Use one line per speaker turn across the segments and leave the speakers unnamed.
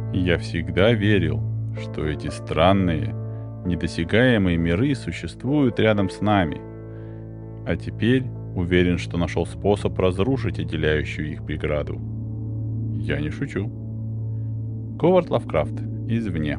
И я всегда верил, что эти странные, недосягаемые миры существуют рядом с нами. А теперь уверен, что нашел способ разрушить отделяющую их преграду. Я не шучу. Говард Лавкрафт. Извне.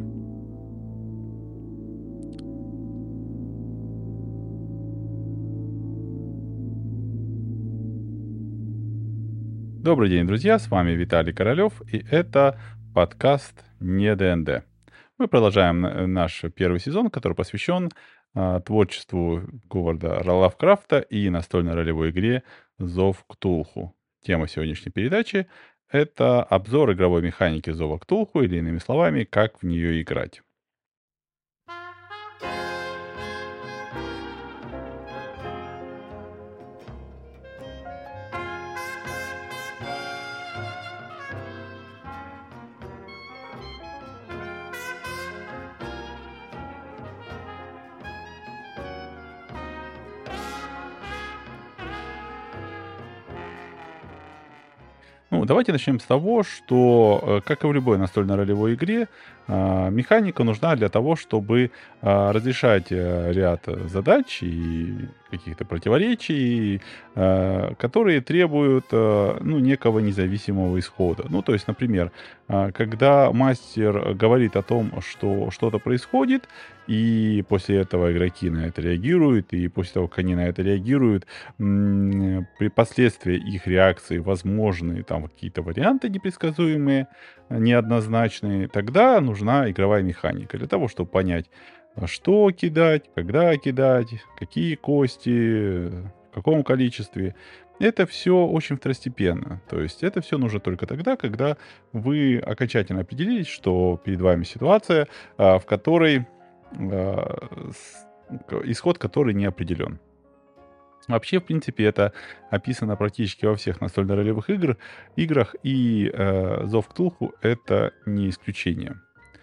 Добрый день, друзья, с вами Виталий Королёв, и это подкаст «Не ДНД». Мы продолжаем наш первый сезон, который посвящен творчеству Говарда Лавкрафта и настольной ролевой игре «Зов Ктулху». Тема сегодняшней передачи — это обзор игровой механики «Зова Ктулху», или иными словами, как в нее играть. Ну, давайте начнем с того, что, как и в любой настольной ролевой игре, механика нужна для того, чтобы разрешать ряд задач и каких-то противоречий, которые требуют ну, некого независимого исхода. Ну, то есть, например, когда мастер говорит о том, что что-то происходит, и после этого игроки на это реагируют, и после того, как они на это реагируют, при последствии их реакции возможны там какие-то варианты непредсказуемые, неоднозначные, тогда нужна игровая механика для того, чтобы понять, что кидать, когда кидать, какие кости, в каком количестве. Это все очень второстепенно. То есть это все нужно только тогда, когда вы окончательно определились, что перед вами ситуация, в которой исход который не определен. Вообще, в принципе, это описано практически во всех настольно-ролевых играх, и Зов Ктулху — это не исключение.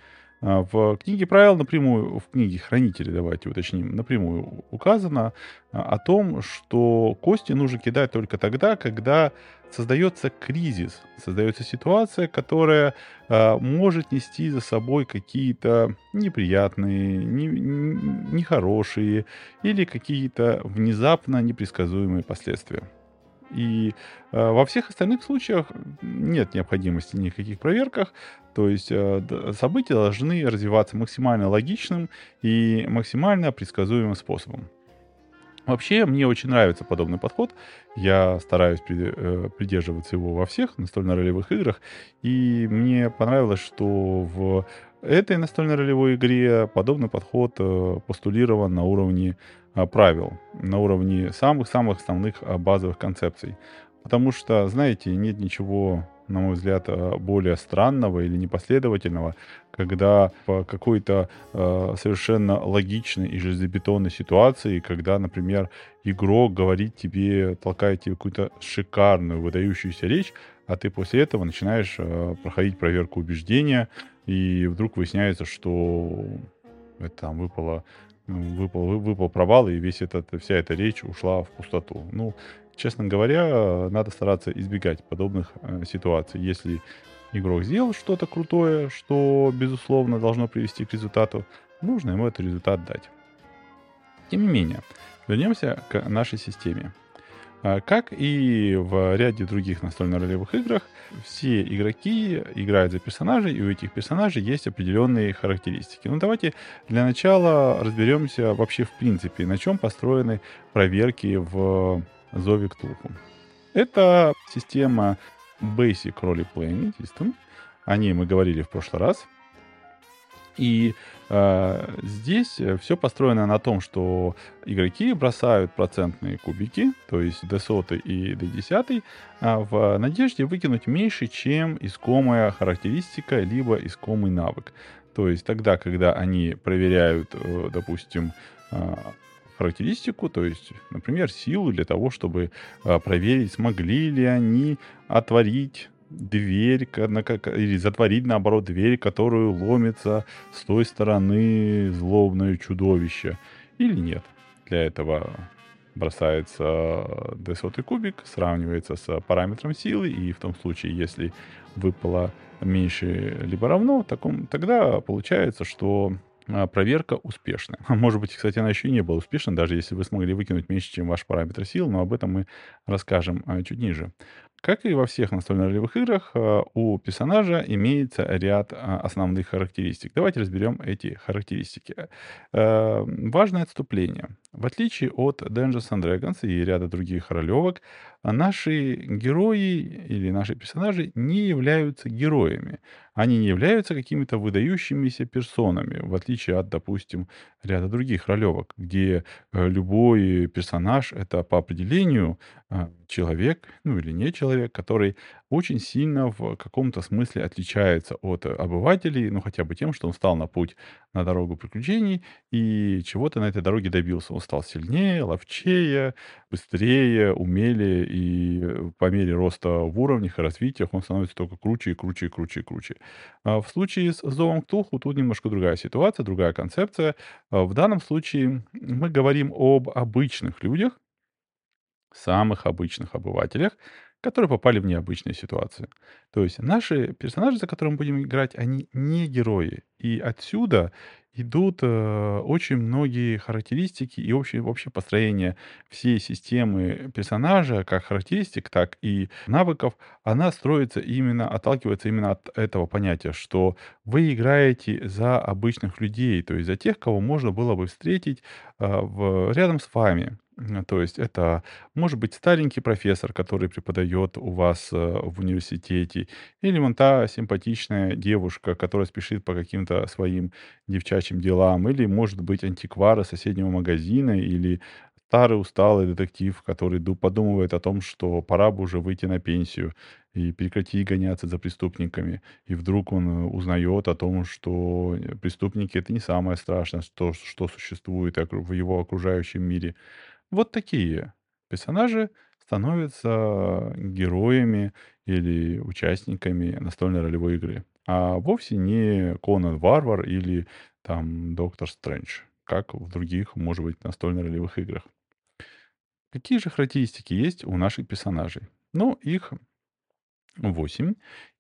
В книге правил напрямую, в книге хранителей, давайте уточним, напрямую указано о том, что кости нужно кидать только тогда, когда создается кризис, создается ситуация, которая может нести за собой какие-то неприятные, нехорошие или какие-то внезапно непредсказуемые последствия. И во всех остальных случаях нет необходимости ни в каких проверках. То есть события должны развиваться максимально логичным и максимально предсказуемым способом. Вообще, мне очень нравится подобный подход. Я стараюсь придерживаться его во всех настольно-ролевых играх. И мне понравилось, что в этой настольно-ролевой игре подобный подход постулирован на уровне правил, на уровне самых-самых основных базовых концепций. Потому что, знаете, нет ничего, на мой взгляд, более странного или непоследовательного, когда по какой-то совершенно логичной и железобетонной ситуации, когда, например, игрок говорит тебе, толкает тебе какую-то шикарную, выдающуюся речь, а ты после этого начинаешь проходить проверку убеждения, и вдруг выясняется, что это там выпал провал, и вся эта речь ушла в пустоту. Ну, честно говоря, надо стараться избегать подобных ситуаций. Если игрок сделал что-то крутое, что, безусловно, должно привести к результату, нужно ему этот результат дать. Тем не менее, вернемся к нашей системе. Как и в ряде других настольно-ролевых играх, все игроки играют за персонажей, и у этих персонажей есть определенные характеристики. Ну, давайте для начала разберемся вообще в принципе, на чем построены проверки в Зове Ктулху. Это система Basic Role Playing System. О ней мы говорили в прошлый раз. И здесь все построено на том, что игроки бросают процентные кубики, то есть D100 и D10, в надежде выкинуть меньше, чем искомая характеристика, либо искомый навык. То есть тогда, когда они проверяют, допустим, характеристику, то есть, например, силу для того, чтобы проверить, смогли ли они отворить дверь, или затворить, наоборот, дверь, которую ломится с той стороны злобное чудовище, или нет. Для этого бросается d100 кубик, сравнивается с параметром силы, и в том случае, если выпало меньше либо равно, тогда получается, что проверка успешная. Может быть, кстати, она еще и не была успешной, даже если вы смогли выкинуть меньше, чем ваш параметр сил, но об этом мы расскажем чуть ниже. Как и во всех настольно-ролевых играх, у персонажа имеется ряд основных характеристик. Давайте разберем эти характеристики. Важное отступление. В отличие от Dungeons and Dragons и ряда других ролевок, наши герои или наши персонажи не являются героями. Они не являются какими-то выдающимися персонами, в отличие от, допустим, ряда других ролевок, где любой персонаж — это по определению человек, ну или не человек, который очень сильно в каком-то смысле отличается от обывателей, ну хотя бы тем, что он стал на путь, на дорогу приключений и чего-то на этой дороге добился. Он стал сильнее, ловчее, быстрее, умелее, и по мере роста в уровнях и развитиях он становится только круче и круче и круче и круче. В случае с Зовом Ктулху тут немножко другая ситуация, другая концепция. В данном случае мы говорим об обычных людях, самых обычных обывателях, которые попали в необычные ситуации. То есть наши персонажи, за которыми мы будем играть, они не герои. И отсюда идут очень многие характеристики и вообще построение всей системы персонажа, как характеристик, так и навыков, она строится именно, отталкивается именно от этого понятия, что вы играете за обычных людей, то есть за тех, кого можно было бы встретить рядом с вами. То есть это может быть старенький профессор, который преподает у вас в университете, или вон та симпатичная девушка, которая спешит по каким-то своим девчачьим делам, или может быть антиквар из соседнего магазина, или старый усталый детектив, который подумывает о том, что пора бы уже выйти на пенсию и прекратить гоняться за преступниками. И вдруг он узнает о том, что преступники — это не самое страшное, что существует в его окружающем мире. Вот такие персонажи становятся героями или участниками настольной ролевой игры, а вовсе не Конан Варвар или там Доктор Стрэндж, как в других, может быть, настольно-ролевых играх. Какие же характеристики есть у наших персонажей? Ну, их 8.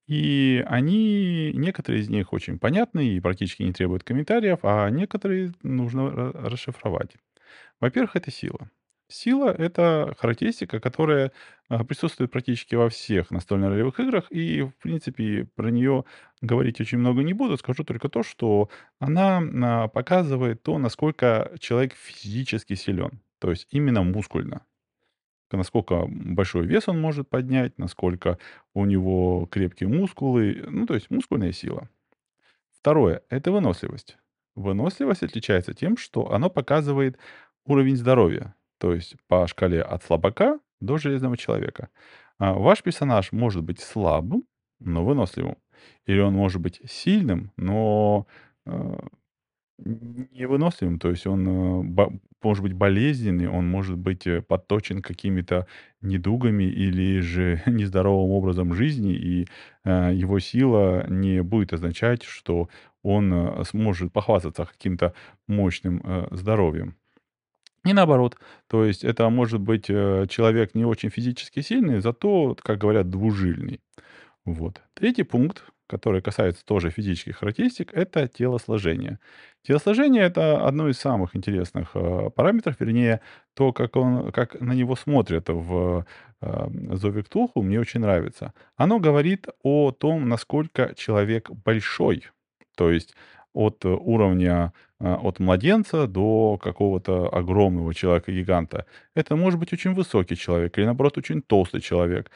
И некоторые из них очень понятны и практически не требуют комментариев, а некоторые нужно расшифровать. Во-первых, это сила. Сила — это характеристика, которая присутствует практически во всех настольно-ролевых играх, и, в принципе, про нее говорить очень много не буду, скажу только то, что она показывает то, насколько человек физически силен, то есть именно мускульно. Насколько большой вес он может поднять, насколько у него крепкие мускулы, ну, то есть мускульная сила. Второе — это выносливость. Выносливость отличается тем, что оно показывает уровень здоровья, то есть по шкале от слабака до железного человека. Ваш персонаж может быть слабым, но выносливым. Или он может быть сильным, но э, невыносливым, то есть он может быть болезненный, он может быть подточен какими-то недугами или же нездоровым образом жизни, и его сила не будет означать, что он сможет похвастаться каким-то мощным здоровьем. И наоборот, то есть это может быть человек не очень физически сильный, зато, как говорят, двужильный. Вот. Третий пункт, который касается тоже физических характеристик, это телосложение. Телосложение — это одно из самых интересных параметров, вернее, то, как на него смотрят в Зове Ктулху, мне очень нравится. Оно говорит о том, насколько человек большой. То есть от уровня от младенца до какого-то огромного человека-гиганта. Это может быть очень высокий человек или, наоборот, очень толстый человек.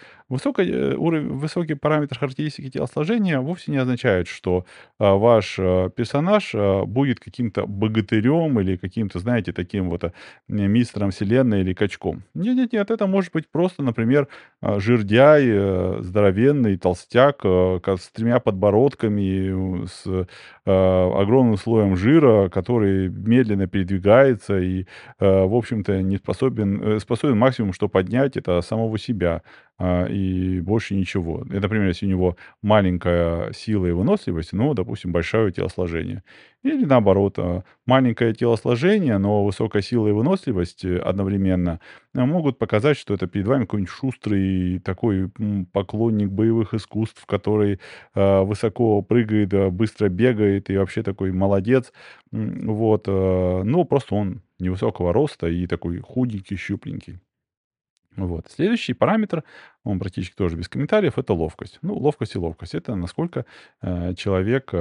Высокий параметр характеристики телосложения вовсе не означает, что ваш персонаж будет каким-то богатырем или каким-то, знаете, таким вот мистером вселенной или качком. Нет-нет-нет, это может быть просто, например, жирдяй, здоровенный толстяк с тремя подбородками, с огромным слоем жира, который медленно передвигается и, в общем-то, не способен, способен максимум, что поднять, это самого себя. и больше ничего. И, например, если у него маленькая сила и выносливость, но, допустим, большое телосложение. Или наоборот, маленькое телосложение, но высокая сила и выносливость одновременно могут показать, что это перед вами какой-нибудь шустрый такой поклонник боевых искусств, который высоко прыгает, быстро бегает и вообще такой молодец. Вот, но просто он невысокого роста и такой худенький, щупленький. Вот. Следующий параметр, он практически тоже без комментариев, это ловкость. Ну, ловкость и ловкость. Это насколько человек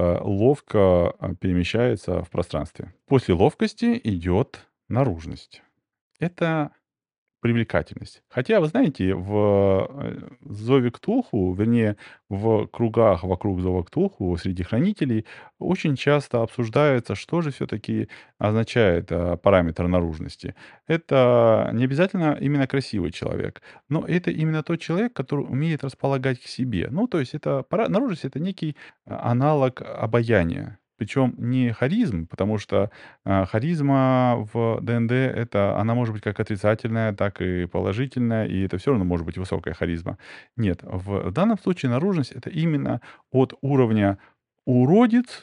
ловко перемещается в пространстве. После ловкости идет наружность. Это привлекательность. Хотя, вы знаете, в "Зове Ктулху", вернее, в кругах вокруг "Зова Ктулху", среди хранителей очень часто обсуждается, что же все таки означает, параметр наружности. Это не обязательно именно красивый человек, но это именно тот человек, который умеет располагать к себе. Ну, то есть это наружность — это некий аналог обаяния. Причем не харизм, потому что харизма в ДНД — это она может быть как отрицательная, так и положительная, и это все равно может быть высокая харизма. Нет, в данном случае наружность — это именно от уровня уродец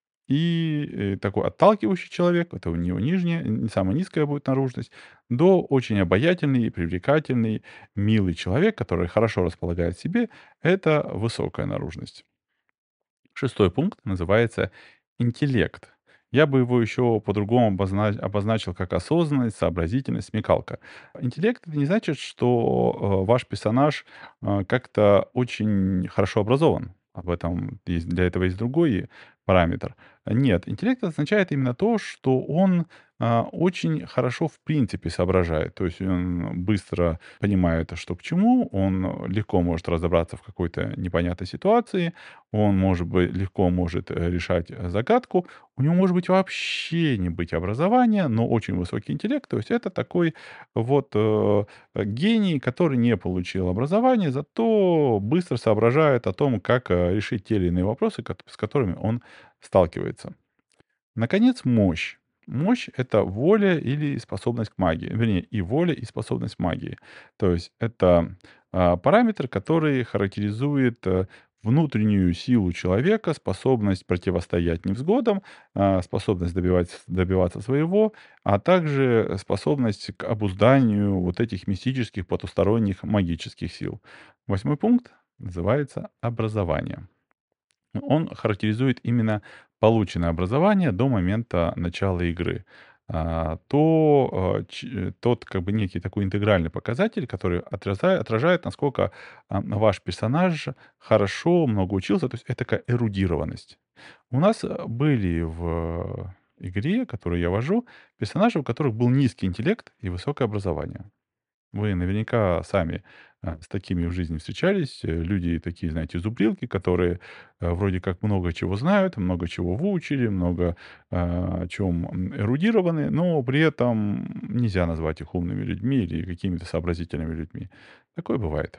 и, такой отталкивающий человек, это у него нижняя, не самая низкая будет наружность, до очень обаятельный, привлекательный, милый человек, который хорошо располагает себе — это высокая наружность. Шестой пункт называется интеллект. Я бы его еще по-другому обозначил как осознанность, сообразительность, смекалка. Интеллект — это не значит, что ваш персонаж как-то очень хорошо образован. Об этом для этого есть другой параметр. Нет, интеллект означает именно то, что он очень хорошо в принципе соображает. То есть он быстро понимает, что к чему, он легко может разобраться в какой-то непонятной ситуации, он, может быть, легко может решать загадку. У него может быть вообще не быть образования, но очень высокий интеллект. То есть это такой вот гений, который не получил образование, зато быстро соображает о том, как решить те или иные вопросы, с которыми он сталкивается. Наконец, мощь. Мощь — это воля или способность к магии. Вернее, и воля, и способность к магии. То есть это параметр, который характеризует внутреннюю силу человека, способность противостоять невзгодам, способность добиваться своего, а также способность к обузданию вот этих мистических, потусторонних, магических сил. Восьмой пункт называется образование. Он характеризует именно полученное образование до момента начала игры. Тот как бы некий такой интегральный показатель, который отражает, насколько ваш персонаж хорошо, много учился. То есть это такая эрудированность. У нас были в игре, которую я вожу, персонажи, у которых был низкий интеллект и высокое образование. Вы наверняка сами с такими в жизни встречались. Люди такие, знаете, зубрилки, которые вроде как много чего знают, много чего выучили, много о чем эрудированы, но при этом нельзя назвать их умными людьми или какими-то сообразительными людьми. Такое бывает.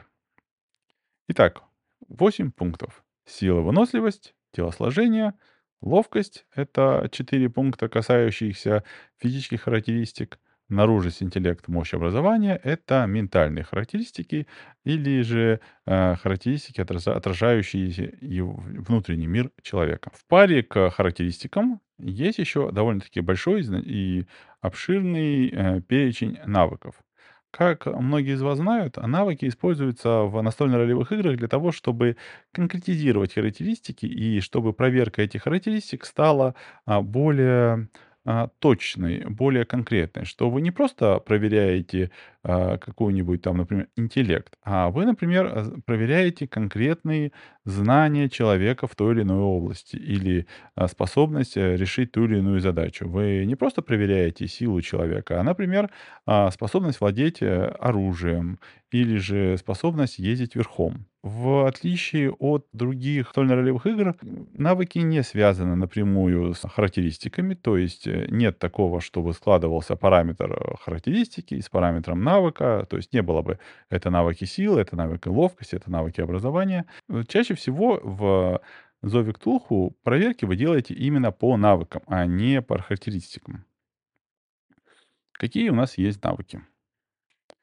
Итак, 8 пунктов. Сила, выносливость, телосложение, ловкость — это 4 пункта, касающиеся физических характеристик. Наружность, интеллект, мощь, образование — это ментальные характеристики или же характеристики, отражающие внутренний мир человека. В паре к характеристикам есть еще довольно-таки большой и обширный перечень навыков. Как многие из вас знают, навыки используются в настольно-ролевых играх для того, чтобы конкретизировать характеристики и чтобы проверка этих характеристик стала более точной, более конкретной. Что вы не просто проверяете какой-нибудь там, например, интеллект, а вы, например, проверяете конкретные знания человека в той или иной области или способность решить ту или иную задачу. Вы не просто проверяете силу человека, а, например, способность владеть оружием или же способность ездить верхом. В отличие от других настольно-ролевых игр, навыки не связаны напрямую с характеристиками, то есть нет такого, чтобы складывался параметр характеристики с параметром навыка, то есть не было бы это навыки силы, это навыки ловкости, это навыки образования. Чаще всего в Зове Ктулху проверки вы делаете именно по навыкам, а не по характеристикам. Какие у нас есть навыки?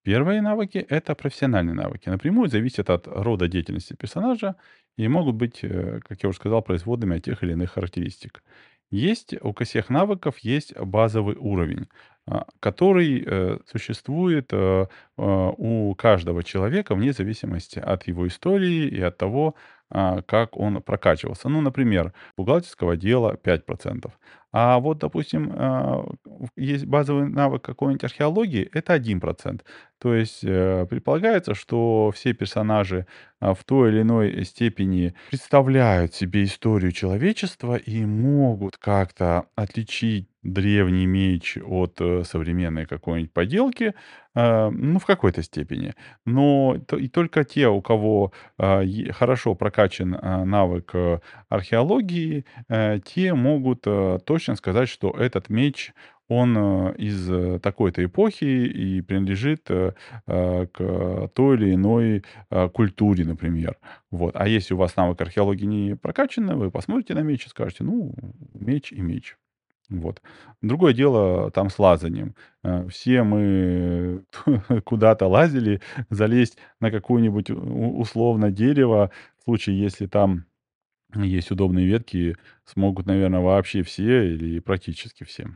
Первые навыки — это профессиональные навыки. Напрямую зависят от рода деятельности персонажа и могут быть, как я уже сказал, производными от тех или иных характеристик. Есть у всех навыков есть базовый уровень, который существует у каждого человека вне зависимости от его истории и от того, как он прокачивался. Ну, например, бухгалтерского дела 5%. А вот, допустим, есть базовый навык какой-нибудь археологии — это 1%. То есть предполагается, что все персонажи в той или иной степени представляют себе историю человечества и могут как-то отличить древний меч от современной какой-нибудь поделки, ну, в какой-то степени. Но и только те, у кого хорошо прокачан навык археологии, те могут точно сказать, что этот меч, он из такой-то эпохи и принадлежит к той или иной культуре, например. Вот. А если у вас навык археологии не прокачан, вы посмотрите на меч и скажете, ну, меч и меч. Вот. Другое дело там с лазанием. Все мы куда-то лазили, залезть на какое-нибудь условно дерево, в случае, если там есть удобные ветки, смогут, наверное, вообще все или практически все.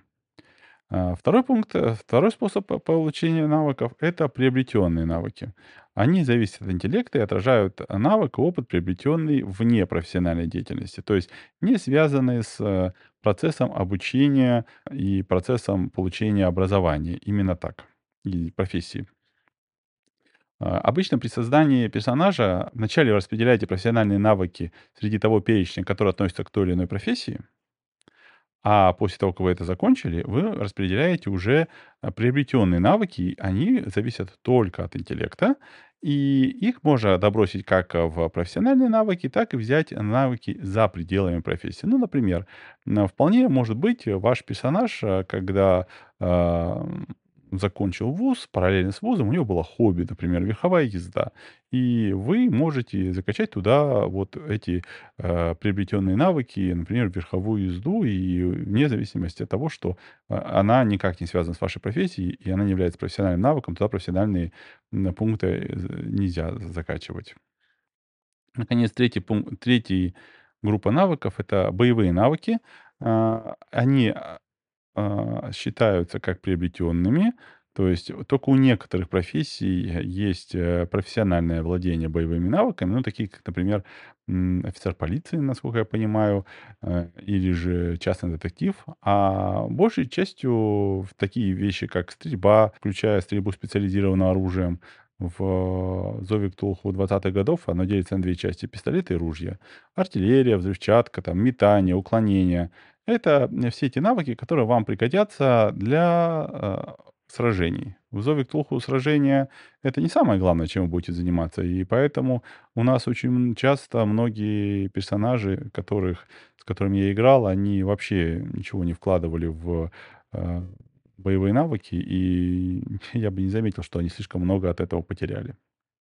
Второй способ получения навыков — это приобретенные навыки. Они зависят от интеллекта и отражают навык и опыт, приобретенный вне профессиональной деятельности, то есть не связанные с процессом обучения и процессом получения образования. Именно так. И профессии. Обычно при создании персонажа вначале вы распределяете профессиональные навыки среди того перечня, который относится к той или иной профессии, а после того, как вы это закончили, вы распределяете уже приобретенные навыки. Они зависят только от интеллекта. И их можно добросить как в профессиональные навыки, так и взять навыки за пределами профессии. Ну, например, вполне может быть ваш персонаж, когда а, закончил вуз, параллельно с вузом у него было хобби, например, верховая езда. И вы можете закачать туда вот эти приобретенные навыки, например, верховую езду, и вне зависимости от того, что она никак не связана с вашей профессией, и она не является профессиональным навыком, туда профессиональные пункты нельзя закачивать. Наконец, третий группа навыков — это боевые навыки. Они считаются как приобретенными. То есть только у некоторых профессий есть профессиональное владение боевыми навыками, ну, такие как, например, офицер полиции, насколько я понимаю, или же частный детектив. А большей частью в такие вещи, как стрельба, включая стрельбу специализированным оружием, в «Зове Ктулху» 20-х годов оно делится на две части — пистолеты и ружья. Артиллерия, взрывчатка, там, метание, уклонение — это все эти навыки, которые вам пригодятся для сражений. В «Зове Ктулху» сражения — это не самое главное, чем вы будете заниматься. И поэтому у нас очень часто многие персонажи, с которыми я играл, они вообще ничего не вкладывали в э, боевые навыки, и я бы не заметил, что они слишком много от этого потеряли.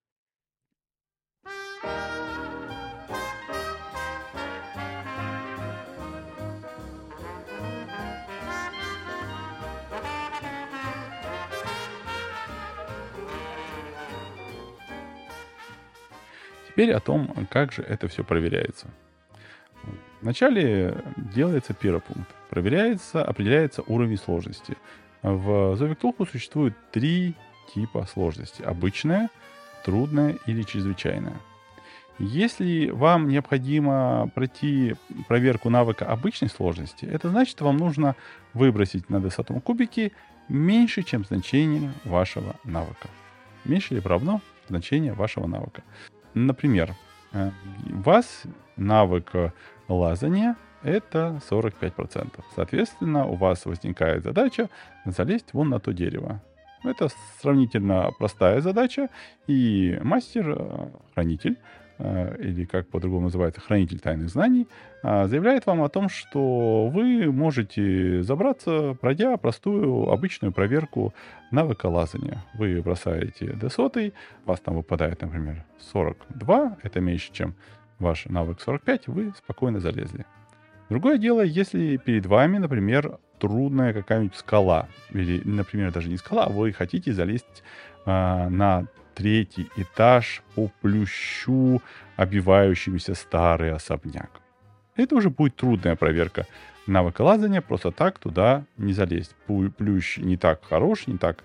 Теперь о том, как же это все проверяется. Вначале делается первый пункт. Определяется уровень сложности. В «Зове Ктулху» существует 3 типа сложности: обычная, трудная или чрезвычайная. Если вам необходимо пройти проверку навыка обычной сложности, это значит, вам нужно выбросить на десятом кубике меньше, чем значение вашего навыка. Меньше или равно значение вашего навыка. Например, у вас навык лазания — это 45%. Соответственно, у вас возникает задача залезть вон на то дерево. Это сравнительно простая задача, и мастер-хранитель, или как по-другому называется, хранитель тайных знаний, заявляет вам о том, что вы можете забраться, пройдя простую обычную проверку навыка лазания. Вы бросаете D100, у вас там выпадает, например, 42, это меньше, чем ваш навык 45, вы спокойно залезли. Другое дело, если перед вами, например, трудная какая-нибудь скала, или, например, даже не скала, а вы хотите залезть на третий этаж по плющу, обивающийся старый особняк. Это уже будет трудная проверка навыка лазания, просто так туда не залезть. Плющ не так хорош,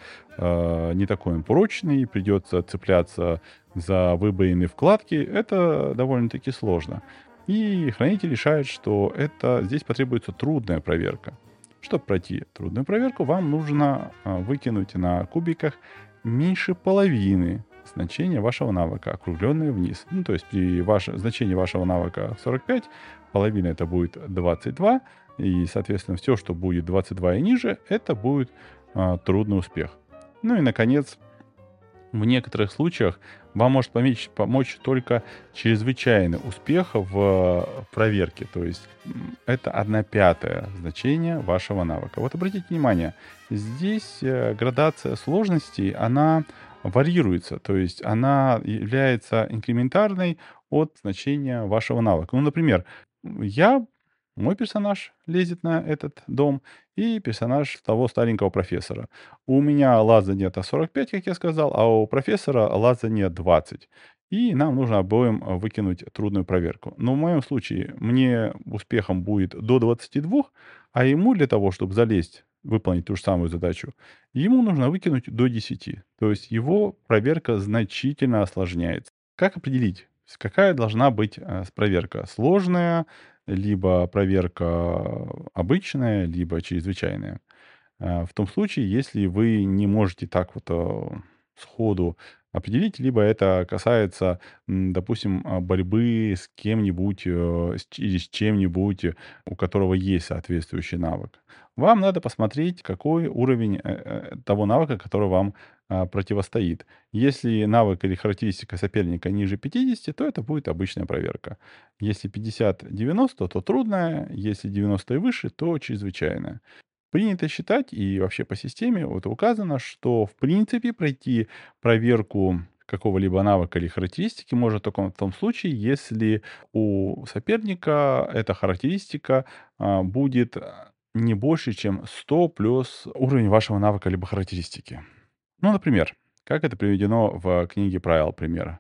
не такой он прочный, придется цепляться за выбоины вкладки. Это довольно-таки сложно. И хранитель решает, что здесь потребуется трудная проверка. Чтобы пройти трудную проверку, вам нужно выкинуть на кубиках меньше половины значения вашего навыка, округленное вниз. Ну, то есть при значении вашего навыка 45, половина это будет 22, и, соответственно, все, что будет 22 и ниже, это будет трудный успех. Ну и, наконец, в некоторых случаях вам может помочь только чрезвычайный успех в проверке. То есть это 1/5 значение вашего навыка. Вот обратите внимание, здесь градация сложностей, она варьируется. То есть она является инкрементарной от значения вашего навыка. Ну, например, я, мой персонаж лезет на этот дом, и персонаж того старенького профессора. У меня лазанье-то 45, как я сказал, а у профессора лазанье 20. И нам нужно обоим выкинуть трудную проверку. Но в моем случае мне успехом будет до 22, а ему для того, чтобы залезть, выполнить ту же самую задачу, ему нужно выкинуть до 10. То есть его проверка значительно осложняется. Как определить, какая должна быть проверка? Сложная, либо проверка обычная, либо чрезвычайная? В том случае, если вы не можете так вот сходу определить, либо это касается, допустим, борьбы с кем-нибудь или с чем-нибудь, у которого есть соответствующий навык. Вам надо посмотреть, какой уровень того навыка, который вам противостоит. Если навык или характеристика соперника ниже 50, то это будет обычная проверка. Если 50-90, то трудная, если 90 и выше, то чрезвычайная. Принято считать, и вообще по системе вот указано, что в принципе пройти проверку какого-либо навыка или характеристики можно только в том случае, если у соперника эта характеристика будет не больше, чем 100 плюс уровень вашего навыка либо характеристики. Ну, например, как это приведено в книге правил примера.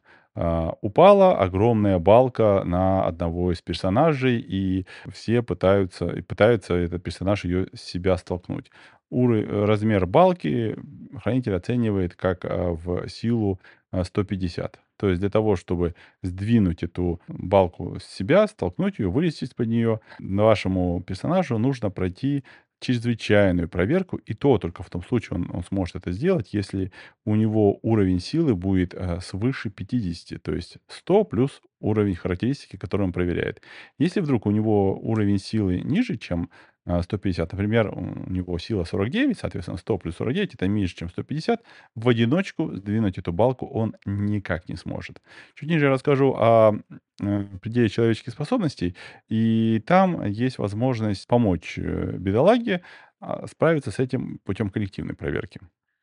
Упала огромная балка на одного из персонажей, и все пытаются этот персонаж ее с себя столкнуть. Размер балки хранитель оценивает как в силу 150. То есть для того, чтобы сдвинуть эту балку с себя, столкнуть ее, вылезти из-под нее, вашему персонажу нужно пройти чрезвычайную проверку, и то только в том случае он сможет это сделать, если у него уровень силы будет свыше 50, то есть 100 плюс уровень характеристики, который он проверяет. Если вдруг у него уровень силы ниже, чем 150, например, у него сила 49, соответственно, 100 плюс 49 это меньше, чем 150, в одиночку сдвинуть эту балку он никак не сможет. Чуть ниже я расскажу о пределе человеческих способностей, и там есть возможность помочь бедолаге справиться с этим путем коллективной проверки.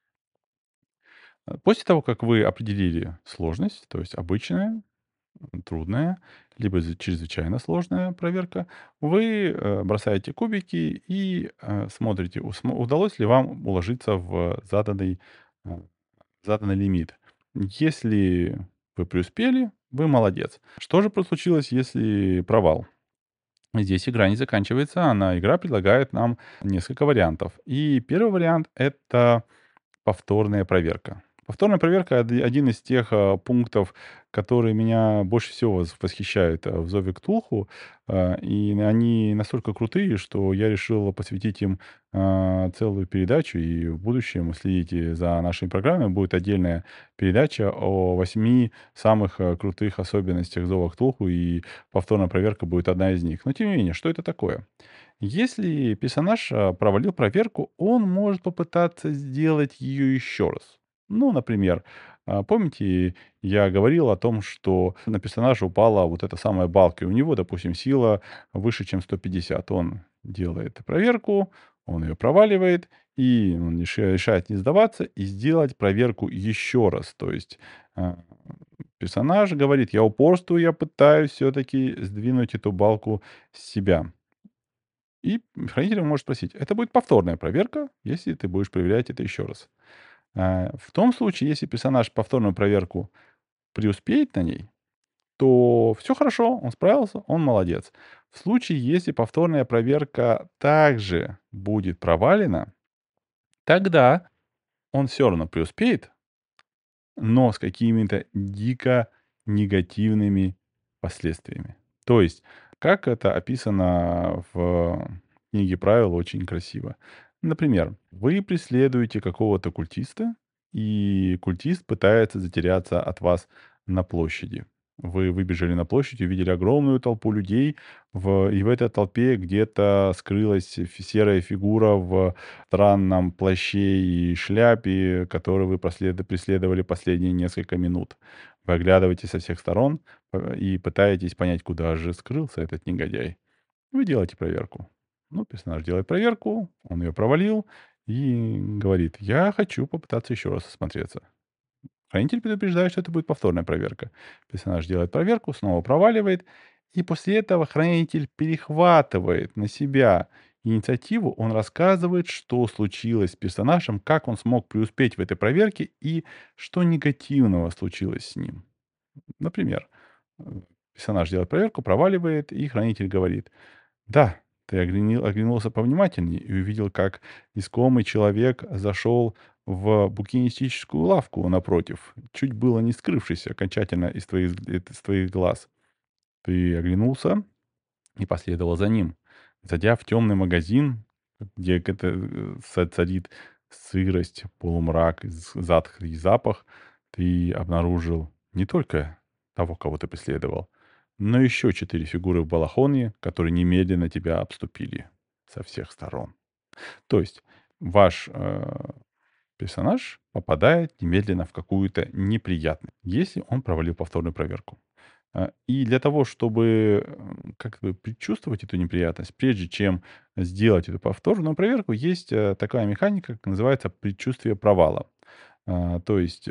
После того, как вы определили сложность, то есть обычная, трудная, либо чрезвычайно сложная проверка, вы бросаете кубики и смотрите, удалось ли вам уложиться в э, заданный лимит. Если вы преуспели, вы молодец. Что же случилось, если провал? Здесь игра не заканчивается, игра предлагает нам несколько вариантов. И первый вариант — это повторная проверка. Повторная проверка — один из тех пунктов, которые меня больше всего восхищают в «Зове Ктулху». И они настолько крутые, что я решил посвятить им целую передачу. И в будущем, следите за нашими программами, будет отдельная передача о 8 самых крутых особенностях «Зова Ктулху», и повторная проверка будет одна из них. Но тем не менее, что это такое? Если персонаж провалил проверку, он может попытаться сделать ее еще раз. Ну, например, помните, я говорил о том, что на персонажа упала вот эта самая балка, и у него, допустим, сила выше, чем 150. Он делает проверку, он ее проваливает, и он решает не сдаваться и сделать проверку еще раз. То есть а, персонаж говорит, я упорствую, я пытаюсь все-таки сдвинуть эту балку с себя. И хранитель может спросить, это будет повторная проверка, если ты будешь проверять это еще раз. В том случае, если персонаж повторную проверку преуспеет на ней, то все хорошо, он справился, он молодец. В случае, если повторная проверка также будет провалена, тогда он все равно преуспеет, но с какими-то дико негативными последствиями. То есть, как это описано в книге правил очень красиво. Например, вы преследуете какого-то культиста, и культист пытается затеряться от вас на площади. Вы выбежали на площадь, увидели огромную толпу людей, и в этой толпе где-то скрылась серая фигура в странном плаще и шляпе, которую вы преследовали последние несколько минут. Вы оглядываетесь со всех сторон и пытаетесь понять, куда же скрылся этот негодяй. Вы делаете проверку. Ну, персонаж делает проверку, он ее провалил и говорит, я хочу попытаться еще раз осмотреться. Хранитель предупреждает, что это будет повторная проверка. Персонаж делает проверку, снова проваливает, и после этого хранитель перехватывает на себя инициативу, он рассказывает, что случилось с персонажем, как он смог преуспеть в этой проверке и что негативного случилось с ним. Например, э, персонаж делает проверку, проваливает, и хранитель говорит, да, ты оглянулся повнимательнее и увидел, как искомый человек зашел в букинистическую лавку напротив, чуть было не скрывшись окончательно из твоих глаз. Ты оглянулся и последовал за ним. Зайдя в темный магазин, где царит сырость, полумрак, затхлый запах, ты обнаружил не только того, кого ты преследовал, но еще 4 фигуры в балахоне, которые немедленно тебя обступили со всех сторон. То есть ваш персонаж попадает немедленно в какую-то неприятность, если он провалил повторную проверку. И для того, чтобы как бы предчувствовать эту неприятность, прежде чем сделать эту повторную проверку, есть такая механика, как называется предчувствие провала. То есть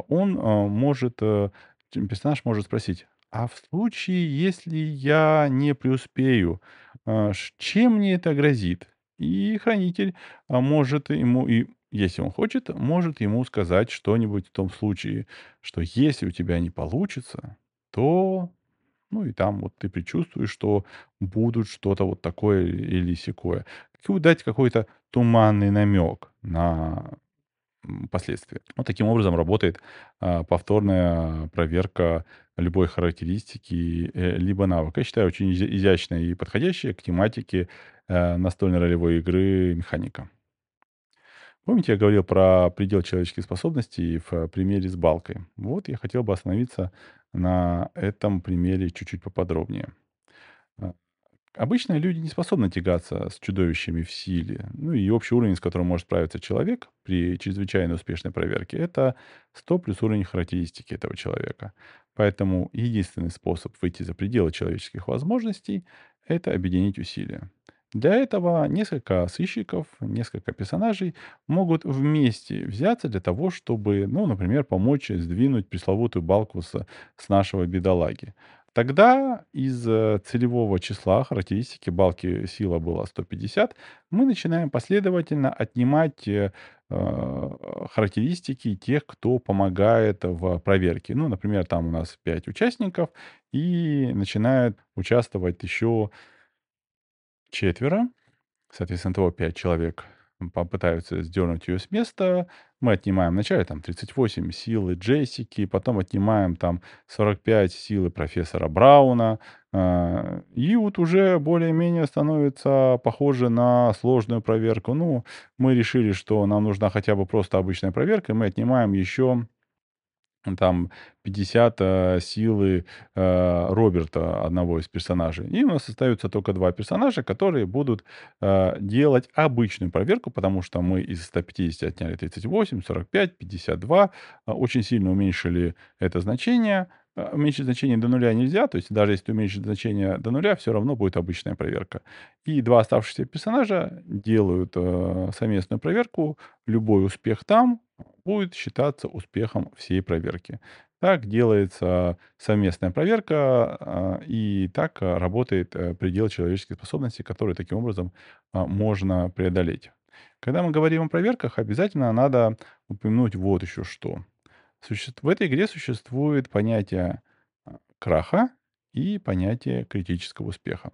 персонаж может спросить, а в случае, если я не преуспею, чем мне это грозит? И хранитель может ему, и если он хочет, может ему сказать что-нибудь в том случае, что если у тебя не получится, то, ну и там вот ты предчувствуешь, что будут что-то вот такое или сякое. Дать какой-то туманный намек на последствия. Вот таким образом работает повторная проверка любой характеристики либо навыка. Я считаю, очень изящная и подходящая к тематике настольной ролевой игры механика. Помните, я говорил про предел человеческих способностей в примере с балкой? Вот я хотел бы остановиться на этом примере чуть-чуть поподробнее. А, Обычно люди не способны тягаться с чудовищами в силе. Ну и общий уровень, с которым может справиться человек при чрезвычайно успешной проверке, это 100 плюс уровень характеристики этого человека. Поэтому единственный способ выйти за пределы человеческих возможностей — это объединить усилия. Для этого несколько сыщиков, несколько персонажей могут вместе взяться для того, чтобы, ну, например, помочь сдвинуть пресловутую балку с нашего бедолаги. Тогда из целевого числа характеристики балки сила была 150, мы начинаем последовательно отнимать характеристики тех, кто помогает в проверке. Ну, например, там у нас 5 участников, и начинают участвовать еще четверо. Соответственно, того 5 человек попытаются сдернуть ее с места. Мы отнимаем вначале там 38 силы Джессики, потом отнимаем там 45 силы профессора Брауна. И вот уже более-менее становится похоже на сложную проверку. Ну, мы решили, что нам нужна хотя бы просто обычная проверка, и мы отнимаем еще там 50 силы Роберта, одного из персонажей. И у нас остаются только 2 персонажа, которые будут делать обычную проверку, потому что мы из 150 отняли 38, 45, 52, очень сильно уменьшили это значение. Уменьшить значение до нуля нельзя, то есть даже если ты уменьшишь значение до нуля, все равно будет обычная проверка. И 2 оставшихся персонажа делают совместную проверку. Любой успех там будет считаться успехом всей проверки. Так делается совместная проверка, и так работает предел человеческих способностей, который таким образом можно преодолеть. Когда мы говорим о проверках, обязательно надо упомянуть вот еще что. В этой игре существует понятие краха и понятие критического успеха.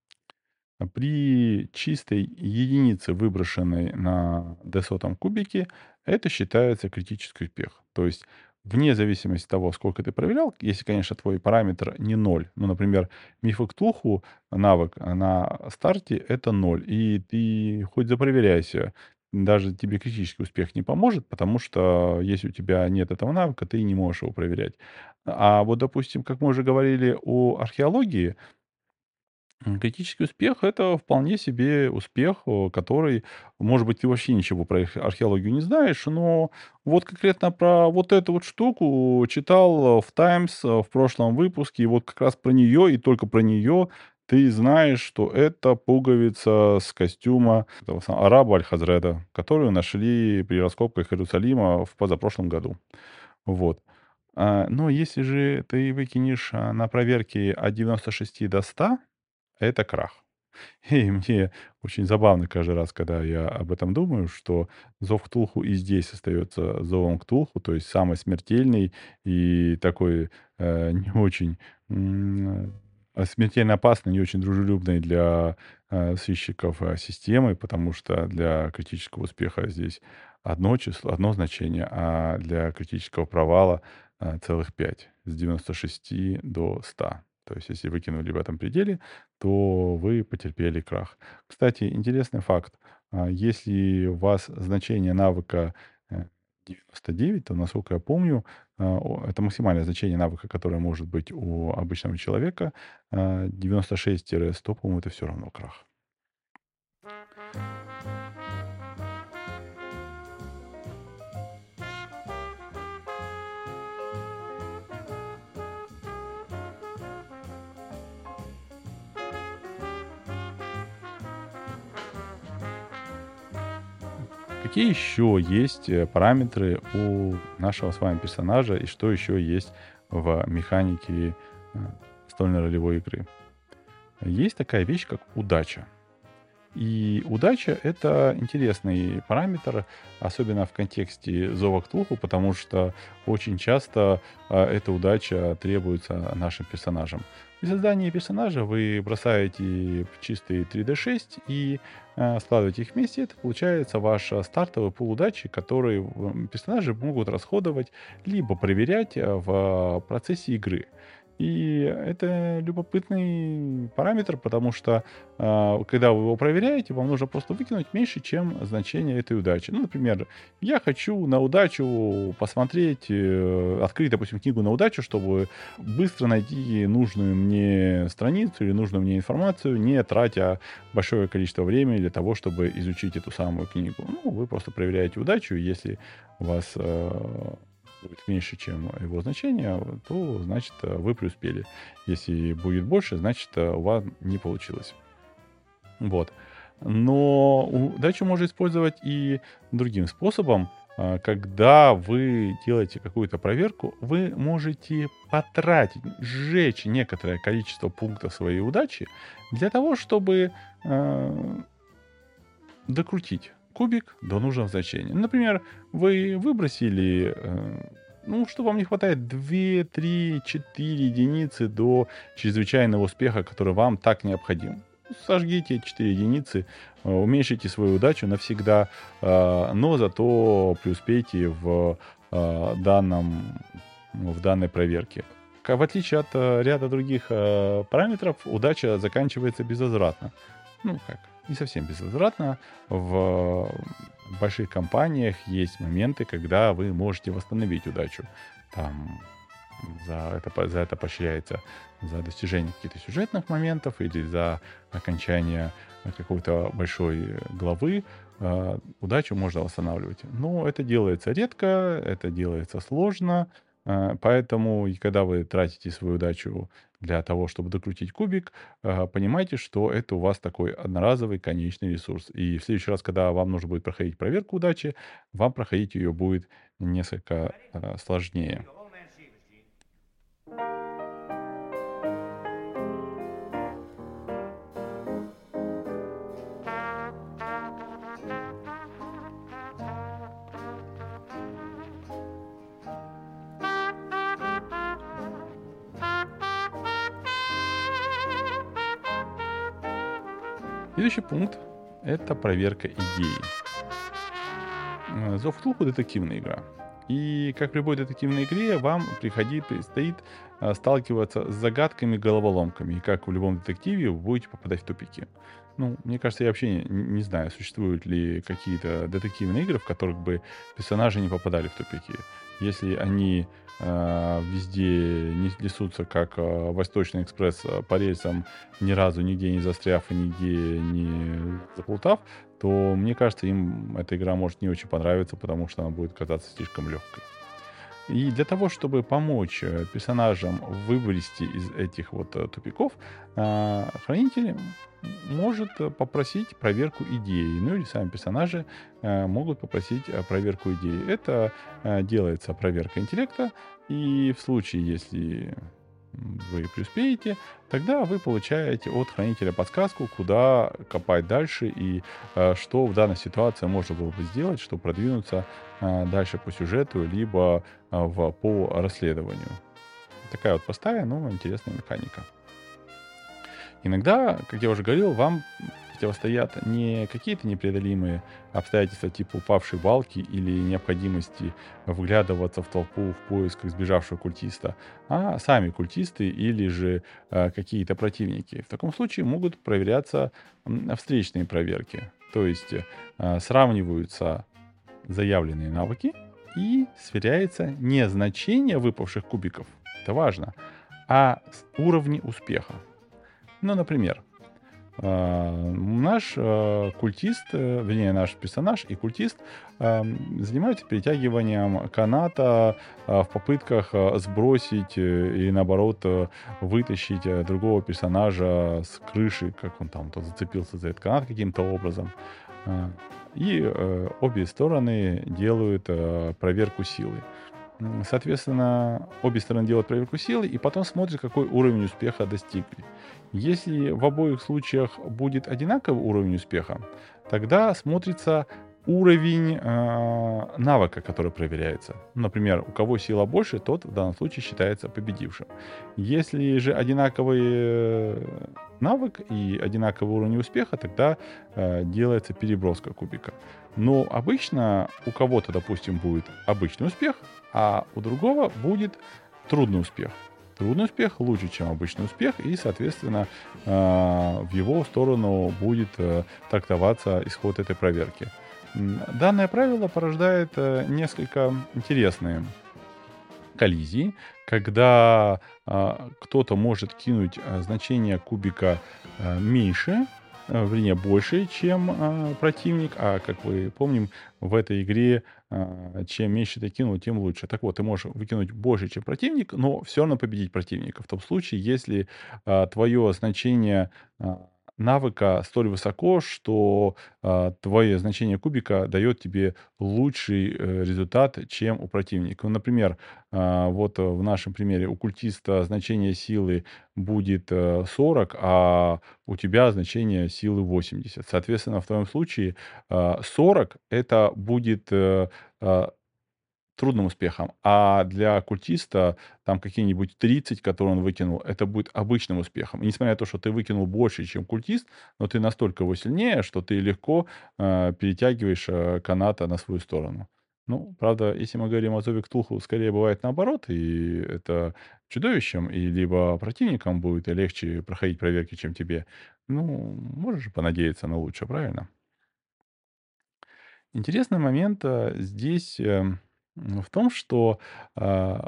При чистой единице, выброшенной на d кубике, это считается критический успех. То есть вне зависимости от того, сколько ты проверял, если, конечно, твой параметр не ноль, ну, например, миф и Ктулху навык на старте — это ноль, и ты хоть запроверяйся, даже тебе критический успех не поможет, потому что если у тебя нет этого навыка, ты не можешь его проверять. А вот, допустим, как мы уже говорили о археологии, критический успех — это вполне себе успех, который, может быть, ты вообще ничего про археологию не знаешь, но вот конкретно про вот эту вот штуку читал в Times в прошлом выпуске, и вот как раз про нее и только про нее ты знаешь, что это пуговица с костюма этого араба Аль-Хазреда, которую нашли при раскопках Иерусалима в позапрошлом году. Вот. Но если же ты выкинешь на проверке от 96 до 100, это крах. И мне очень забавно каждый раз, когда я об этом думаю, что зов Ктулху и здесь остается зовом Ктулху, то есть самый смертельный и такой не очень смертельно опасный, не очень дружелюбный для сыщиков системы, потому что для критического успеха здесь одно число, одно значение, а для критического провала целых 5, с 96 до 100. То есть, если выкинули в этом пределе, то вы потерпели крах. Кстати, интересный факт. Если у вас значение навыка 99, то, насколько я помню, это максимальное значение навыка, которое может быть у обычного человека. 96-100, по-моему, это все равно крах. Какие еще есть параметры у нашего с вами персонажа и что еще есть в механике э, настольной ролевой игры? Есть такая вещь, как удача. И удача — это интересный параметр, особенно в контексте зова Ктулху, потому что очень часто эта удача требуется нашим персонажам. При создании персонажа вы бросаете чистый 3D6 и складываете их вместе. Это получается ваш стартовый пул удачи, который персонажи могут расходовать либо проверять в процессе игры. И это любопытный параметр, потому что когда вы его проверяете, вам нужно просто выкинуть меньше, чем значение этой удачи. Ну, например, я хочу на удачу посмотреть, открыть, допустим, книгу на удачу, чтобы быстро найти нужную мне страницу или нужную мне информацию, не тратя большое количество времени для того, чтобы изучить эту самую книгу. Ну, вы просто проверяете удачу, если у вас будет меньше, чем его значение, то значит вы преуспели. Если будет больше, значит у вас не получилось. Вот. Но удачу можно использовать и другим способом. Когда вы делаете какую-то проверку, вы можете потратить, сжечь некоторое количество пунктов своей удачи для того, чтобы докрутить кубик до нужного значения. Например, вы выбросили, ну, что вам не хватает, 2, 3, 4 единицы до чрезвычайного успеха, который вам так необходим. Сожгите 4 единицы, уменьшите свою удачу навсегда, но зато преуспейте в данной проверке. В отличие от ряда других параметров, удача заканчивается безвозвратно. Ну, как, не совсем безвозвратно. В больших компаниях есть моменты, когда вы можете восстановить удачу. Там за это поощряется за достижение каких-то сюжетных моментов или за окончание какой-то большой главы. Удачу можно восстанавливать. Но это делается редко, это делается сложно. Поэтому, и когда вы тратите свою удачу для того, чтобы докрутить кубик, понимайте, что это у вас такой одноразовый конечный ресурс. И в следующий раз, когда вам нужно будет проходить проверку удачи, вам проходить ее будет несколько сложнее. Следующий пункт — это проверка идеи. Зов Cthulhu — детективная игра. И как в любой детективной игре, вам предстоит сталкиваться с загадками, головоломками. И как в любом детективе, вы будете попадать в тупики. Ну, мне кажется, я вообще не знаю, существуют ли какие-то детективные игры, в которых бы персонажи не попадали в тупики. Если они везде не несутся, как Восточный экспресс по рельсам, ни разу нигде не застряв и нигде не заплутав, то, мне кажется, им эта игра может не очень понравиться, потому что она будет казаться слишком легкой. И для того, чтобы помочь персонажам выбрести из этих вот тупиков, хранитель может попросить проверку идеи. Ну или сами персонажи могут попросить проверку идеи. Это делается проверка интеллекта, и в случае, если вы преуспеете, тогда вы получаете от хранителя подсказку, куда копать дальше и что в данной ситуации можно было бы сделать, чтобы продвинуться дальше по сюжету, либо по расследованию. Такая вот простая, но интересная механика. Иногда, как я уже говорил, вам противостоят не какие-то непреодолимые обстоятельства типа упавшей балки или необходимости вглядываться в толпу в поисках сбежавшего культиста, а сами культисты или же какие-то противники. В таком случае могут проверяться встречные проверки. То есть сравниваются заявленные навыки и сверяется не значение выпавших кубиков, это важно, а уровни успеха. Ну, например, наш культист, вернее, наш персонаж и культист занимаются перетягиванием каната в попытках сбросить или, наоборот, вытащить другого персонажа с крыши, как он там, тот зацепился за этот канат каким-то образом. А, И обе стороны делают проверку силы. Соответственно, обе стороны делают проверку силы и потом смотрят, какой уровень успеха достигли. Если в обоих случаях будет одинаковый уровень успеха, тогда смотрится уровень навыка, который проверяется. Например, у кого сила больше, тот в данном случае считается победившим. Если же одинаковый навык и одинаковый уровень успеха, тогда делается переброска кубика. Но обычно у кого-то, допустим, будет обычный успех, а у другого будет трудный успех. Трудный успех лучше, чем обычный успех, и, соответственно, в его сторону будет трактоваться исход этой проверки. Данное правило порождает несколько интересные коллизии, когда кто-то может кинуть значение кубика меньше, вернее, больше, чем противник. А как мы помним, в этой игре чем меньше ты кинул, тем лучше. Так вот, ты можешь выкинуть больше, чем противник, но все равно победить противника. В том случае, если твое значение навыка столь высоко, что твое значение кубика дает тебе лучший результат, чем у противника. Ну, например, вот в нашем примере у культиста значение силы будет 40, а у тебя значение силы 80. Соответственно, в твоем случае 40 это будет а, трудным успехом, а для культиста там какие-нибудь 30, которые он выкинул, это будет обычным успехом. И несмотря на то, что ты выкинул больше, чем культист, но ты настолько его сильнее, что ты легко перетягиваешь каната на свою сторону. Ну, правда, если мы говорим о Зове Ктулху, скорее бывает наоборот, и это чудовищем, и либо противникам будет легче проходить проверки, чем тебе. Ну, можешь же понадеяться на лучшее, правильно? Интересный момент здесь в том, что а,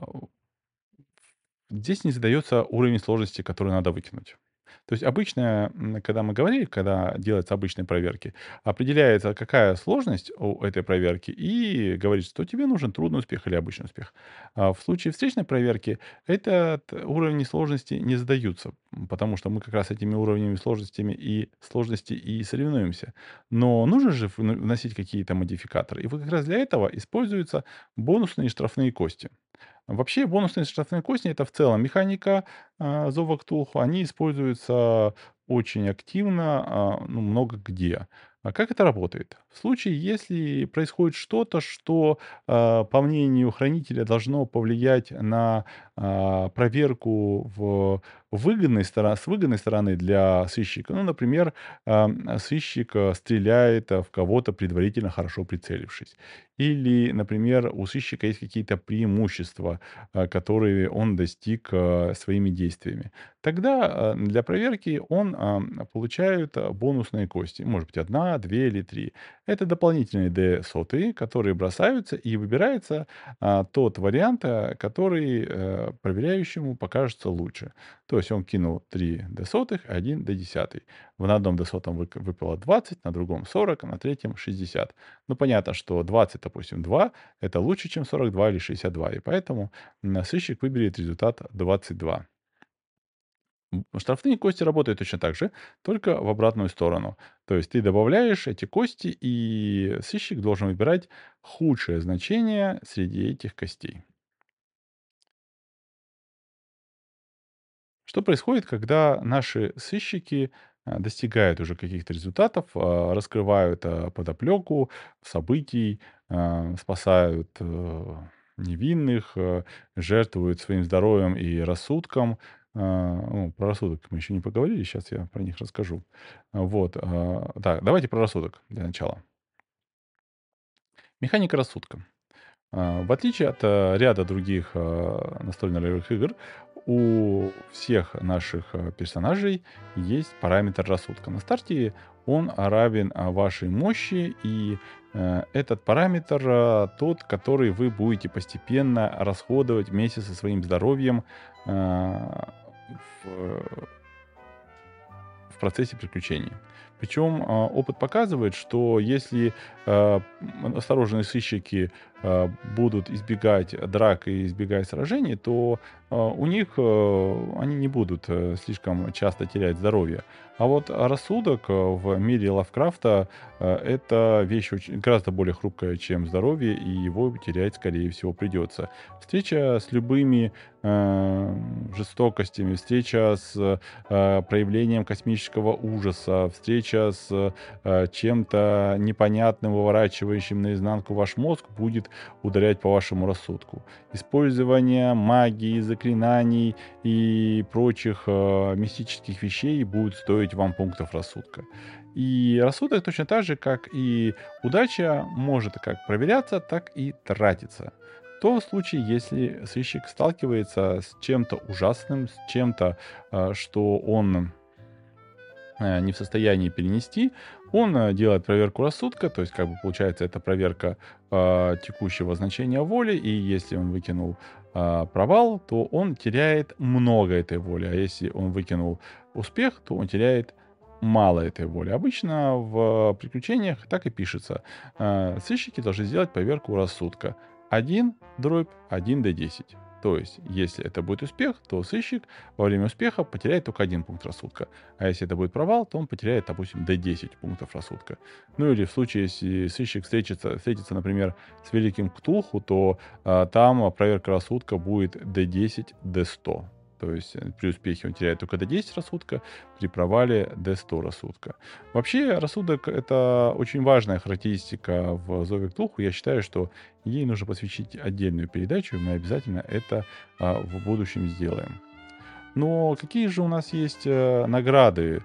здесь не задается уровень сложности, который надо выкинуть. То есть обычно, когда мы говорили, когда делаются обычные проверки, определяется, какая сложность у этой проверки, и говорится, что тебе нужен трудный успех или обычный успех. А в случае встречной проверки этот уровень сложности не задаются, потому что мы как раз этими уровнями сложности и соревнуемся. Но нужно же вносить какие-то модификаторы. И вот как раз для этого используются бонусные штрафные кости. Вообще бонусные штрафные кости — это в целом механика Зова Ктулху. Они используются очень активно, ну, много где. А как это работает? В случае, если происходит что-то, что, по мнению хранителя, должно повлиять на проверку в с выгодной стороны для сыщика, ну, например, сыщик стреляет в кого-то, предварительно хорошо прицелившись. Или, например, у сыщика есть какие-то преимущества, которые он достиг своими действиями. Тогда для проверки он получает бонусные кости. Может быть, одна, две или три. Это дополнительные D-соты, которые бросаются, и выбирается тот вариант, который проверяющему покажется лучше. То есть он кинул 3 d-сотых, 1 d-10. На одном d-сотом выпало 20, на другом 40, на третьем 60. Ну, понятно, что 20, допустим, 2, это лучше, чем 42 или 62, и поэтому сыщик выберет результат 22. Штрафные кости работают точно так же, только в обратную сторону. То есть ты добавляешь эти кости, и сыщик должен выбирать худшее значение среди этих костей. Что происходит, когда наши сыщики достигают уже каких-то результатов, раскрывают подоплеку событий, спасают невинных, жертвуют своим здоровьем и рассудком. Ну, про рассудок мы еще не поговорили, сейчас я про них расскажу. Вот. Так, давайте про рассудок для начала. Механика рассудка. В отличие от ряда других настольно-ролевых игр, у всех наших персонажей есть параметр рассудка. На старте он равен вашей мощи, и этот параметр тот, который вы будете постепенно расходовать вместе со своим здоровьем в в процессе приключений. Причем опыт показывает, что если осторожные сыщики будут избегать драк и избегать сражений, то у них они не будут слишком часто терять здоровье. А вот рассудок в мире Лавкрафта это вещь гораздо более хрупкая, чем здоровье, и его терять, скорее всего, придется. Встреча с любыми жестокостями, встреча с проявлением космического ужаса, встреча с чем-то непонятным, выворачивающим наизнанку ваш мозг, будет ударять по вашему рассудку. Использование магии, заклинаний и прочих мистических вещей будет стоить вам пунктов рассудка. И рассудок точно так же, как и удача, может как проверяться, так и тратиться. В том случае, если сыщик сталкивается с чем-то ужасным, с чем-то, что он не в состоянии перенести, он делает проверку рассудка, то есть, как бы получается, это проверка текущего значения воли, и если он выкинул провал, то он теряет много этой воли, а если он выкинул успех, то он теряет мало этой воли. Обычно в приключениях так и пишется. Сыщики должны сделать проверку рассудка. 1 дробь 1 до 10. То есть, если это будет успех, то сыщик во время успеха потеряет только один пункт рассудка. А если это будет провал, то он потеряет, допустим, до 10 пунктов рассудка. Ну или в случае, если сыщик встретится, например, с великим Ктулху, то там проверка рассудка будет D10, D100. То есть при успехе он теряет только D10 рассудка, при провале D100 рассудка. Вообще рассудок — это очень важная характеристика в Зове Ктулху. Я считаю, что ей нужно посвятить отдельную передачу, и мы обязательно это в будущем сделаем. Но какие же у нас есть награды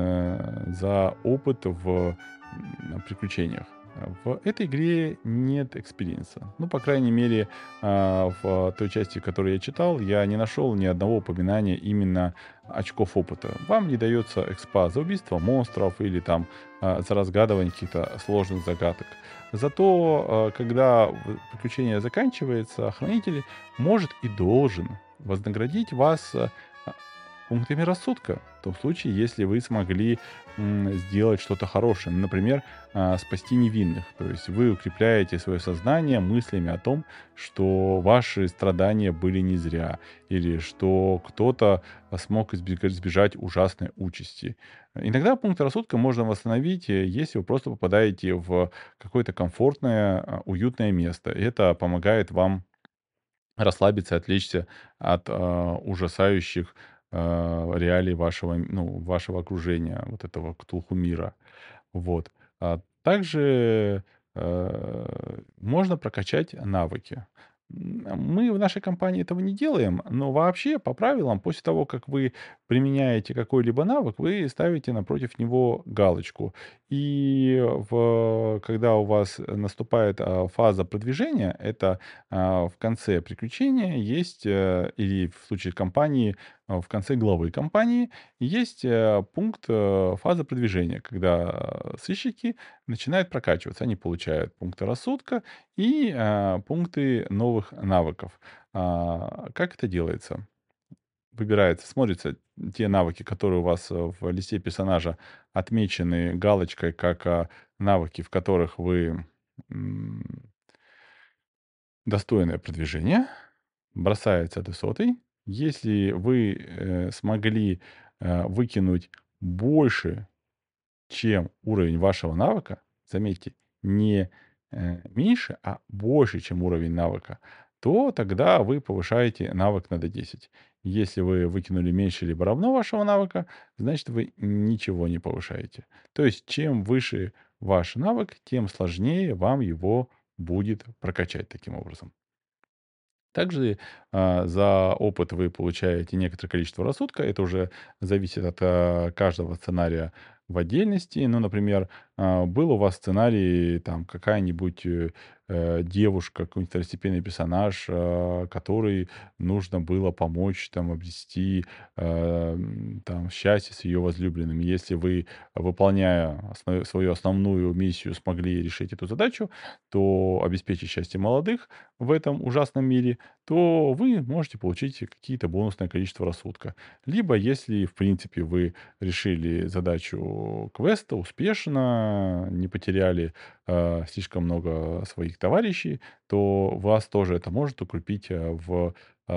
за опыт в приключениях? В этой игре нет экспириенса. Ну, по крайней мере, в той части, которую я читал, я не нашел ни одного упоминания именно очков опыта. Вам не дается экспа за убийство монстров или там за разгадывание каких-то сложных загадок. Зато, когда приключение заканчивается, хранитель может и должен вознаградить вас пунктами рассудка. В том случае, если вы смогли сделать что-то хорошее. Например, спасти невинных. То есть вы укрепляете свое сознание мыслями о том, что ваши страдания были не зря. Или что кто-то смог избежать ужасной участи. Иногда пункты рассудка можно восстановить, если вы просто попадаете в какое-то комфортное, уютное место. И это помогает вам расслабиться, отвлечься от ужасающих реалий вашего окружения, вот этого ктулху мира. Вот. Также можно прокачать навыки. Мы в нашей компании этого не делаем, но вообще, по правилам, после того, как вы применяете какой-либо навык, вы ставите напротив него галочку. И когда у вас наступает фаза продвижения, это в конце приключения есть, или в случае компании, в конце главы компании, есть пункт фаза продвижения, когда сыщики начинают прокачиваться. Они получают пункты рассудка, и пункты новых навыков. Как это делается? Выбирается, смотрится те навыки, которые у вас в листе персонажа отмечены галочкой, как навыки, в которых вы м, достойное продвижение, бросается до сотой. Если вы смогли выкинуть больше, чем уровень вашего навыка, заметьте, не меньше, а больше, чем уровень навыка, то тогда вы повышаете навык на D10. Если вы выкинули меньше либо равно вашего навыка, значит вы ничего не повышаете. То есть чем выше ваш навык, тем сложнее вам его будет прокачать таким образом. Также за опыт вы получаете некоторое количество рассудка. Это уже зависит от каждого сценария в отдельности. Ну, например, был у вас сценарий, там, какая-нибудь девушка, какой-нибудь второстепенный персонаж, который нужно было помочь там обрести там счастье с ее возлюбленным. Если вы, выполняя свою основную миссию, смогли решить эту задачу, то обеспечить счастье молодых в этом ужасном мире, то вы можете получить какие-то бонусное количество рассудка. Либо, если, в принципе, вы решили задачу квеста успешно, не потеряли слишком много своих товарищей, то вас тоже это может укрепить в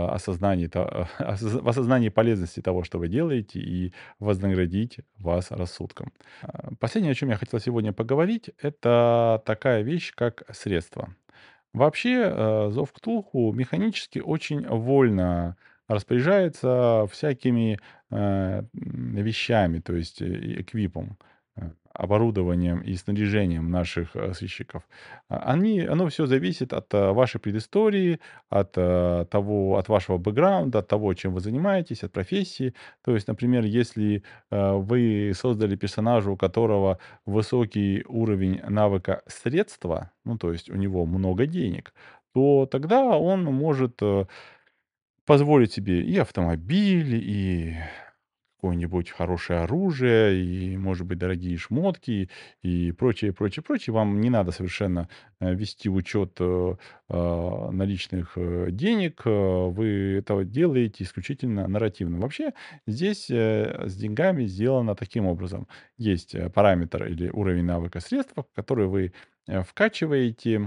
в осознании полезности того, что вы делаете, и вознаградить вас рассудком. Последнее, о чем я хотел сегодня поговорить, это такая вещь, как средства. Вообще, Зов Ктулху механически очень вольно распоряжается всякими вещами, то есть эквипом, оборудованием и снаряжением наших сыщиков. Оно все зависит от вашей предыстории, от вашего бэкграунда, от того, чем вы занимаетесь, от профессии. То есть, например, если вы создали персонажа, у которого высокий уровень навыка средства, ну, то есть у него много денег, то тогда он может позволить себе и автомобиль, и какое-нибудь хорошее оружие, и, может быть, дорогие шмотки, и прочее, прочее, прочее. Вам не надо совершенно вести учет наличных денег. Вы это делаете исключительно нарративно. Вообще, здесь с деньгами сделано таким образом. Есть параметр или уровень навыка средства, который вы вкачиваете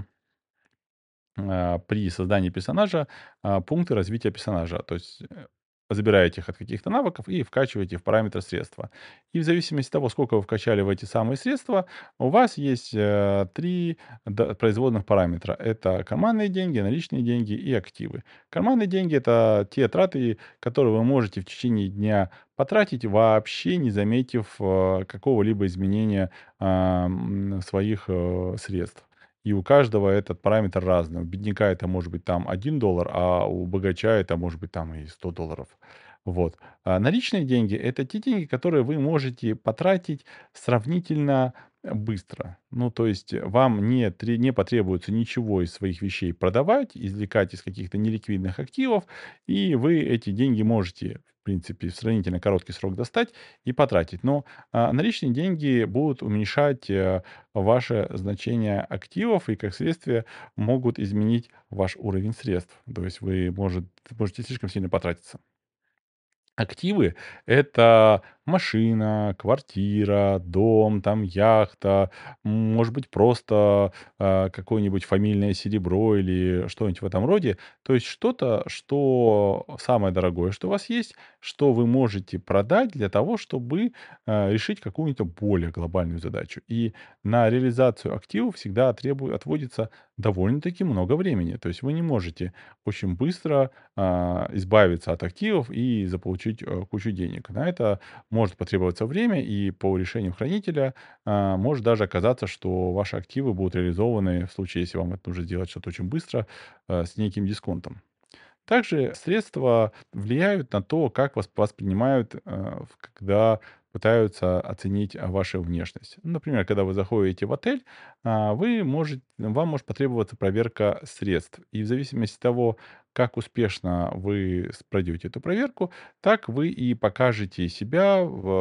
при создании персонажа пункты развития персонажа. То есть забираете их от каких-то навыков и вкачиваете в параметр средства. И в зависимости от того, сколько вы вкачали в эти самые средства, у вас есть три производных параметра. Это карманные деньги, наличные деньги и активы. Карманные деньги — это те траты, которые вы можете в течение дня потратить, вообще не заметив какого-либо изменения своих средств. И у каждого этот параметр разный. У бедняка это может быть там $1, а у богача это может быть там и $100. Вот. А наличные деньги — это те деньги, которые вы можете потратить сравнительно быстро. Ну, то есть вам не потребуется ничего из своих вещей продавать, извлекать из каких-то неликвидных активов, и вы эти деньги можете, в принципе, в сравнительно короткий срок достать и потратить. Но наличные деньги будут уменьшать ваше значение активов и, как следствие, могут изменить ваш уровень средств. То есть вы можете слишком сильно потратиться. Активы — это машина, квартира, дом, там яхта, может быть, просто какое-нибудь фамильное серебро или что-нибудь в этом роде. То есть что-то, что самое дорогое, что у вас есть, что вы можете продать для того, чтобы решить какую-нибудь более глобальную задачу. И на реализацию активов всегда отводится довольно-таки много времени. То есть вы не можете очень быстро избавиться от активов и заполучить кучу денег. На это может потребоваться время, и по решению хранителя может даже оказаться, что ваши активы будут реализованы в случае, если вам это нужно сделать что-то очень быстро, с неким дисконтом. Также средства влияют на то, как вас воспринимают, когда пытаются оценить вашу внешность. Ну, например, когда вы заходите в отель, вам может потребоваться проверка средств. И в зависимости от того, как успешно вы пройдете эту проверку, так вы и покажете себя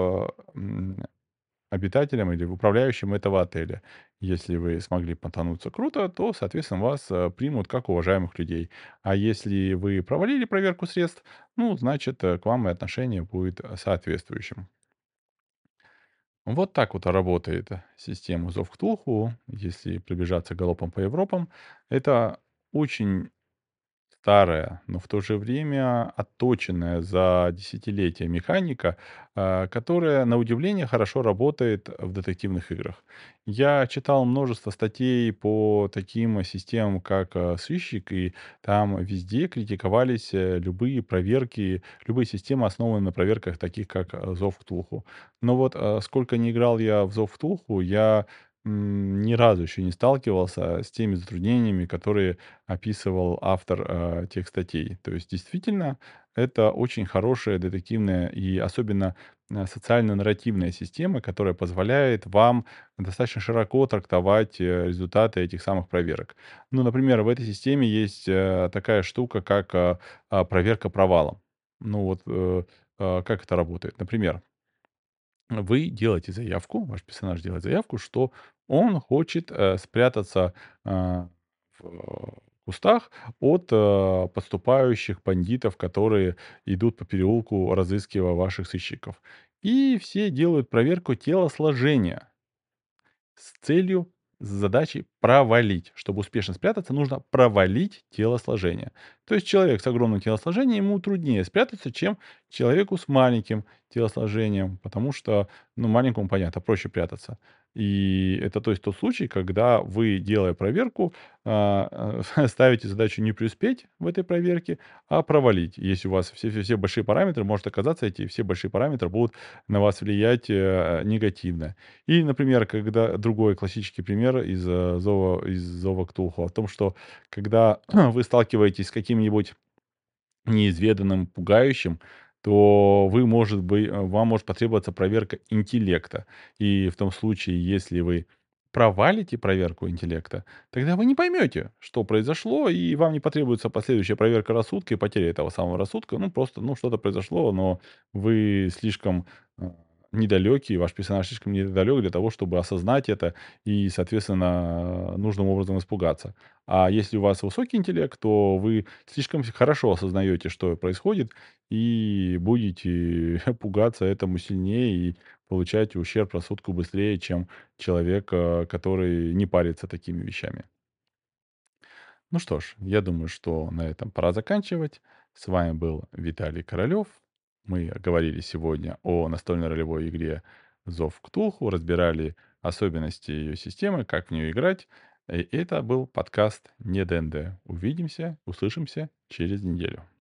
обитателем или управляющим этого отеля. Если вы смогли понтануться круто, то, соответственно, вас примут как уважаемых людей. А если вы провалили проверку средств, ну, значит, к вам и отношение будет соответствующим. Вот так вот работает система Зов Ктулху, если пробежаться галопом по Европам. Это очень старая, но в то же время отточенная за десятилетия механика, которая, на удивление, хорошо работает в детективных играх. Я читал множество статей по таким системам, как сыщик, и там везде критиковались любые проверки, любые системы, основанные на проверках, таких как Зов Ктулху. Но вот сколько не играл я в Зов Ктулху, я ни разу еще не сталкивался с теми затруднениями, которые описывал автор тех статей. То есть действительно это очень хорошая детективная и особенно социально-нарративная система, которая позволяет вам достаточно широко трактовать результаты этих самых проверок. Ну, например, в этой системе есть такая штука, как проверка провалом. Ну вот как это работает? Например, вы делаете заявку, ваш персонаж делает заявку, что он хочет спрятаться в кустах от подступающих бандитов, которые идут по переулку, разыскивая ваших сыщиков. И все делают проверку телосложения с целью, с задачей провалить. Чтобы успешно спрятаться, нужно провалить телосложение. То есть человек с огромным телосложением, ему труднее спрятаться, чем человеку с маленьким телосложением, потому что, ну, маленькому, понятно, проще прятаться. И это, то есть, тот случай, когда вы, делая проверку, ставите задачу не преуспеть в этой проверке, а провалить. Если у вас все большие параметры, может оказаться, эти все большие параметры будут на вас влиять негативно. И, например, когда другой классический пример из Зова Ктулху о том, что когда вы сталкиваетесь с каким-нибудь неизведанным, пугающим, то вам может потребоваться проверка интеллекта. И в том случае, если вы провалите проверку интеллекта, тогда вы не поймете, что произошло, и вам не потребуется последующая проверка рассудка и потеря этого самого рассудка. Ну, просто, ну, что-то произошло, но вы слишком недалекий, ваш персонаж слишком недалек для того, чтобы осознать это и, соответственно, нужным образом испугаться. А если у вас высокий интеллект, то вы слишком хорошо осознаете, что происходит, и будете пугаться этому сильнее и получать ущерб рассудку быстрее, чем человек, который не парится такими вещами. Ну что ж, я думаю, что на этом пора заканчивать. С вами был Виталий Королёв. Мы говорили сегодня о настольной ролевой игре «Зов Ктулху», разбирали особенности ее системы, как в нее играть. И это был подкаст «Не ДНД». Увидимся, услышимся через неделю.